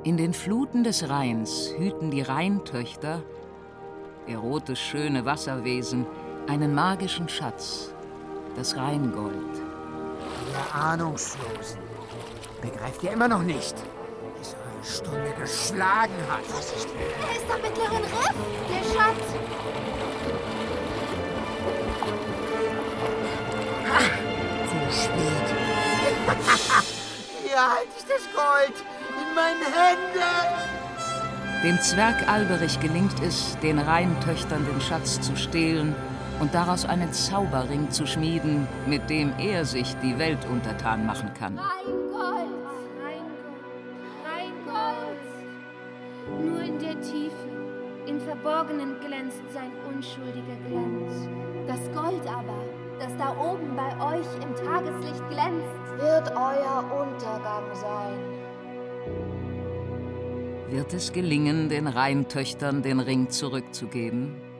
In den Fluten des Rheins hüten die Rheintöchter, erotisch schöne Wasserwesen, einen magischen Schatz, das Rheingold. Ihr Ahnungslosen, begreift ihr immer noch nicht, bis eure Stunde geschlagen hat? Vorsicht, er ist am mittleren Riff, der Schatz. Zu spät. Hier halte ich das Gold in meinen Händen. Dem Zwerg Alberich gelingt es, den Rheintöchtern den Schatz zu stehlen und daraus einen Zauberring zu schmieden, mit dem er sich die Welt untertan machen kann. Rheingold, Rheingold, Rheingold. Nur in der Tiefe, im Verborgenen glänzt sein unschuldiger Glanz. Das Gold aber, das da oben bei euch im Tageslicht glänzt, wird euer Untergang sein. Wird es gelingen, den Rheintöchtern den Ring zurückzugeben?